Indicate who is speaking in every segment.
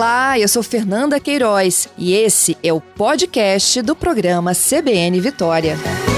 Speaker 1: Olá, eu sou Fernanda Queiroz e esse é o podcast do programa CBN Vitória.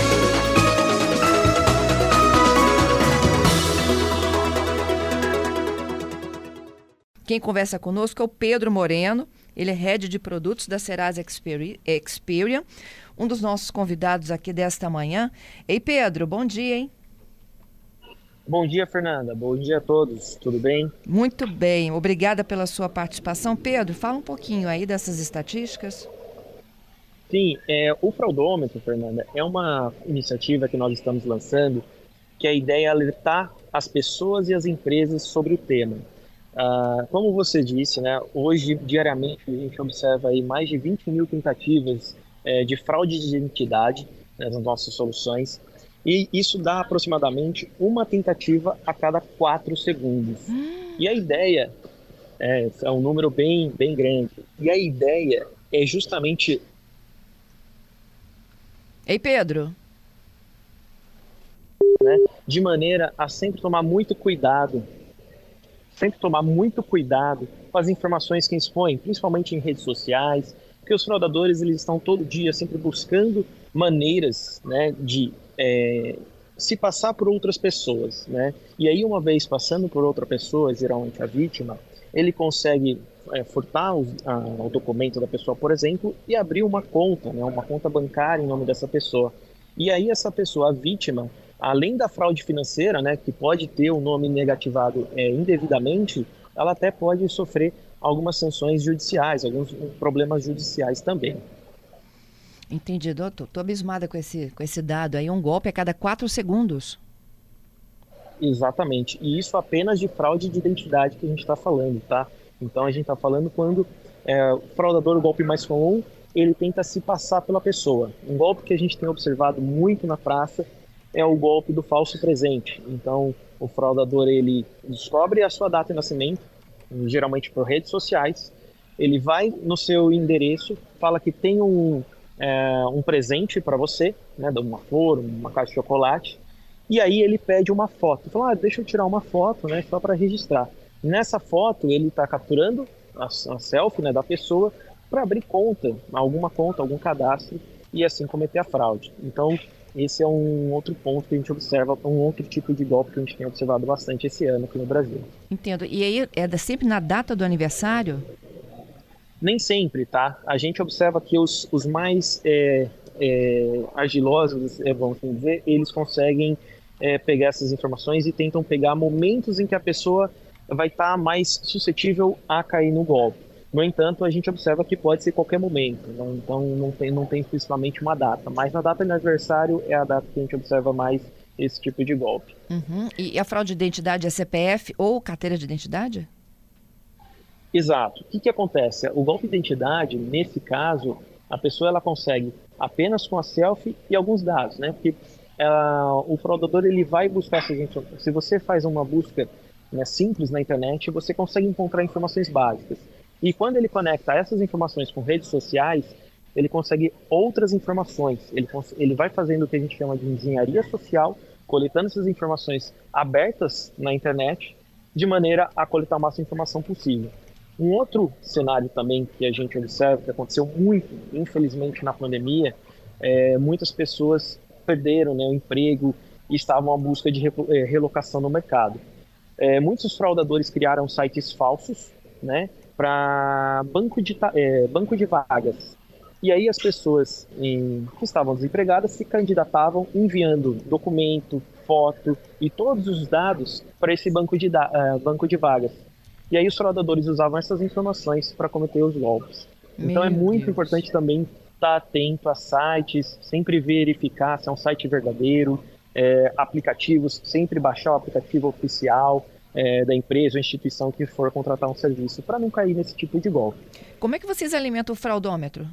Speaker 1: Quem conversa conosco é o Pedro Moreno, ele é Head de Produtos da Serasa Experian, um dos nossos convidados aqui desta manhã. Ei, Pedro, bom dia, hein?
Speaker 2: Bom dia, Fernanda. Bom dia a todos. Tudo bem?
Speaker 1: Muito bem. Obrigada pela sua participação. Pedro, fala um pouquinho aí dessas estatísticas.
Speaker 2: Sim, o Fraudômetro, Fernanda, é uma iniciativa que nós estamos lançando que a ideia é alertar as pessoas e as empresas sobre o tema. Como você disse, né, hoje, diariamente, a gente observa aí mais de 20 mil tentativas de fraude de identidade, né, nas nossas soluções. E isso dá aproximadamente uma tentativa a cada 4 segundos. E a ideia é um número bem grande. E a ideia é justamente...
Speaker 1: Ei, Pedro.
Speaker 2: Né, de maneira a sempre tomar muito cuidado com as informações que expõem, principalmente em redes sociais, porque os fraudadores eles estão todo dia sempre buscando maneiras, né, de se passar por outras pessoas, né? E aí, uma vez passando por outra pessoa, geralmente a vítima, ele consegue furtar o documento da pessoa, por exemplo, e abrir uma conta, né, uma conta bancária em nome dessa pessoa. E aí essa pessoa, a vítima, além da fraude financeira, né, que pode ter o nome negativado indevidamente, ela até pode sofrer algumas sanções judiciais, alguns problemas judiciais também.
Speaker 1: Entendido. Tô abismada com esse dado aí, um golpe a cada 4 segundos.
Speaker 2: Exatamente. E isso apenas de fraude de identidade que a gente está falando, tá? Então a gente está falando quando o fraudador, o golpe mais comum, ele tenta se passar pela pessoa. Um golpe que a gente tem observado muito na praça é o golpe do falso presente. Então o fraudador, ele descobre a sua data de nascimento, geralmente por redes sociais, ele vai no seu endereço, fala que tem um presente para você, né, uma flor, uma caixa de chocolate, e aí ele pede uma foto. Fala, deixa eu tirar uma foto, né, só para registrar. Nessa foto ele está capturando a selfie, né, da pessoa para abrir algum cadastro e assim cometer a fraude. Então esse é um outro ponto que a gente observa, um outro tipo de golpe que a gente tem observado bastante esse ano aqui no Brasil.
Speaker 1: Entendo. E aí sempre na data do aniversário?
Speaker 2: Nem sempre, tá? A gente observa que os mais argilosos, vamos dizer, eles conseguem pegar essas informações e tentam pegar momentos em que a pessoa vai estar mais suscetível a cair no golpe. No entanto, a gente observa que pode ser qualquer momento, então não tem principalmente uma data, mas na data de aniversário é a data que a gente observa mais esse tipo de golpe.
Speaker 1: Uhum. E a fraude de identidade é CPF ou carteira de identidade?
Speaker 2: Exato. O que acontece? O golpe de identidade, nesse caso, a pessoa ela consegue apenas com a selfie e alguns dados, né? Porque o fraudador ele vai buscar essas informações. Se você faz uma busca, né, simples na internet, você consegue encontrar informações básicas. E quando ele conecta essas informações com redes sociais, ele consegue outras informações. Ele vai fazendo o que a gente chama de engenharia social, coletando essas informações abertas na internet, de maneira a coletar o máximo de informação possível. Um outro cenário também que a gente observa, que aconteceu muito, infelizmente, na pandemia, muitas pessoas perderam, né, o emprego e estavam à busca de relocação no mercado. Muitos fraudadores criaram sites falsos, né, para banco de vagas. E aí as pessoas que estavam desempregadas se candidatavam enviando documento, foto e todos os dados para esse banco de vagas. E aí os fraudadores usavam essas informações para cometer os golpes. Então é muito importante também estar atento a sites, sempre verificar se é um site verdadeiro, aplicativos, sempre baixar o aplicativo oficial da empresa ou instituição que for contratar um serviço, para não cair nesse tipo de golpe.
Speaker 1: Como é que vocês alimentam o fraudômetro?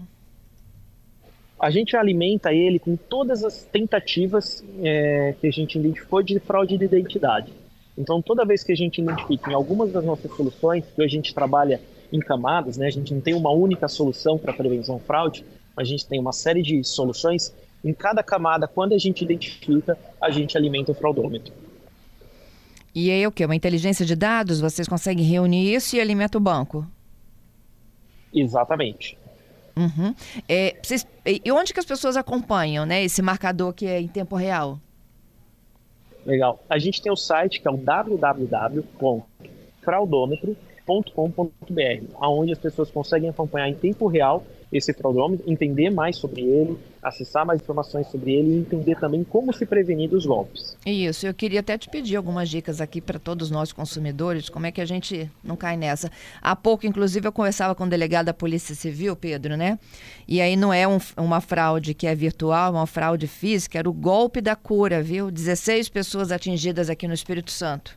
Speaker 2: A gente alimenta ele com todas as tentativas que a gente identificou de fraude de identidade. Então, toda vez que a gente identifica em algumas das nossas soluções, que a gente trabalha em camadas, né? A gente não tem uma única solução para prevenção fraude, a gente tem uma série de soluções. Em cada camada, quando a gente identifica, a gente alimenta o fraudômetro.
Speaker 1: E aí o quê? Uma inteligência de dados? Vocês conseguem reunir isso e alimenta o banco?
Speaker 2: Exatamente.
Speaker 1: Uhum. E onde que as pessoas acompanham, né, esse marcador que é em tempo real?
Speaker 2: Legal. A gente tem o site que é o www.fraudômetro.com.br, onde as pessoas conseguem acompanhar em tempo real esse fraudômetro, entender mais sobre ele, acessar mais informações sobre ele e entender também como se prevenir dos golpes.
Speaker 1: Isso, eu queria até te pedir algumas dicas aqui para todos nós consumidores, como é que a gente não cai nessa. Há pouco, inclusive, eu conversava com o delegado da Polícia Civil, Pedro, né? E aí não é uma fraude que é virtual, é uma fraude física, era o golpe da cura, viu? 16 pessoas atingidas aqui no Espírito Santo.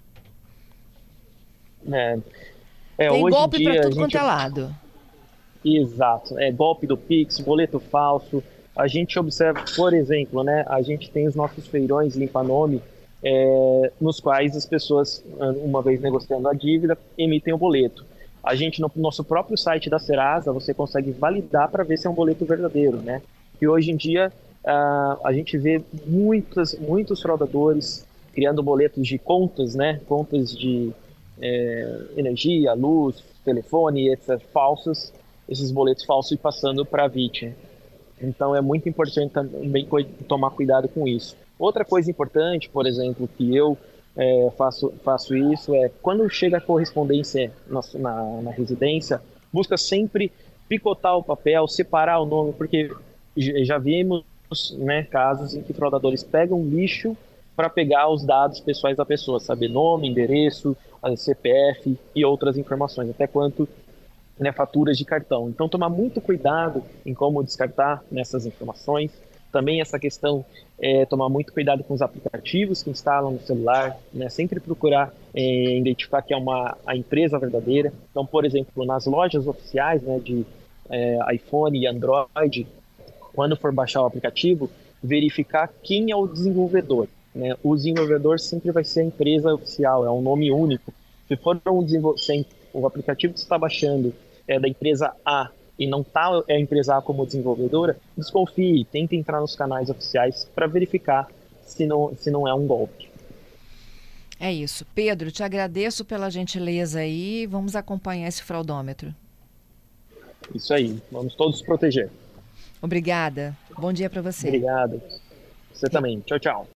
Speaker 1: Tem
Speaker 2: Hoje em
Speaker 1: golpe para
Speaker 2: dia a
Speaker 1: tudo quanto
Speaker 2: gente...
Speaker 1: é lado.
Speaker 2: Exato, golpe do Pix, boleto falso. A gente observa, por exemplo, né, a gente tem os nossos feirões limpa-nome, nos quais as pessoas, uma vez negociando a dívida, emitem o boleto. A gente, no nosso próprio site da Serasa, você consegue validar para ver se é um boleto verdadeiro, né? E hoje em dia, a gente vê muitos fraudadores criando boletos de contas, né? Contas de energia, luz, telefone, etc., falsos, esses boletos falsos e passando para a vítima. Então é muito importante também tomar cuidado com isso. Outra coisa importante, por exemplo, que eu faço isso é quando chega a correspondência na residência, busca sempre picotar o papel, separar o nome, porque já vimos, né, casos em que fraudadores pegam lixo para pegar os dados pessoais da pessoa, saber nome, endereço, CPF e outras informações, até quanto, né, faturas de cartão. Então, tomar muito cuidado em como descartar nessas informações. Também essa questão tomar muito cuidado com os aplicativos que instalam no celular, né? Sempre procurar identificar que é a empresa verdadeira. Então, por exemplo, nas lojas oficiais, né, de iPhone e Android, quando for baixar o aplicativo, verificar quem é o desenvolvedor, né? O desenvolvedor sempre vai ser a empresa oficial, é um nome único. Se for o aplicativo que você está baixando é da empresa A e não está a empresa A como desenvolvedora, desconfie, tente entrar nos canais oficiais para verificar se não é um golpe.
Speaker 1: É isso. Pedro, te agradeço pela gentileza aí. Vamos acompanhar esse fraudômetro.
Speaker 2: Isso aí. Vamos todos proteger.
Speaker 1: Obrigada. Bom dia para você.
Speaker 2: Obrigado. Você também. Tchau, tchau.